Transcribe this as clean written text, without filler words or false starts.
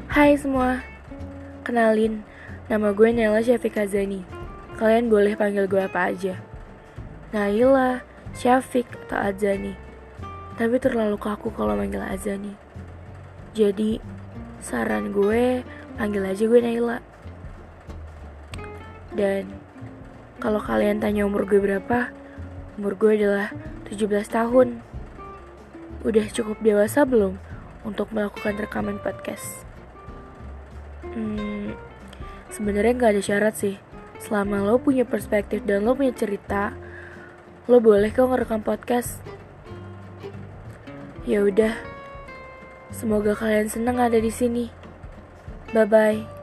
Hai semua, kenalin, nama gue Naila Syafiq Azani. Kalian boleh panggil gue apa aja. Naila, Syafiq, atau Azani. Tapi terlalu kaku kalau manggil Azani. Jadi, saran gue, panggil aja gue Naila. Dan, kalau kalian tanya umur gue berapa, umur gue adalah 17 tahun. Udah cukup dewasa belum untuk melakukan rekaman podcast? Sebenarnya nggak ada syarat sih. Selama lo punya perspektif dan lo punya cerita, lo boleh kok ngerekam podcast. Ya udah, semoga kalian senang ada di sini. Bye bye.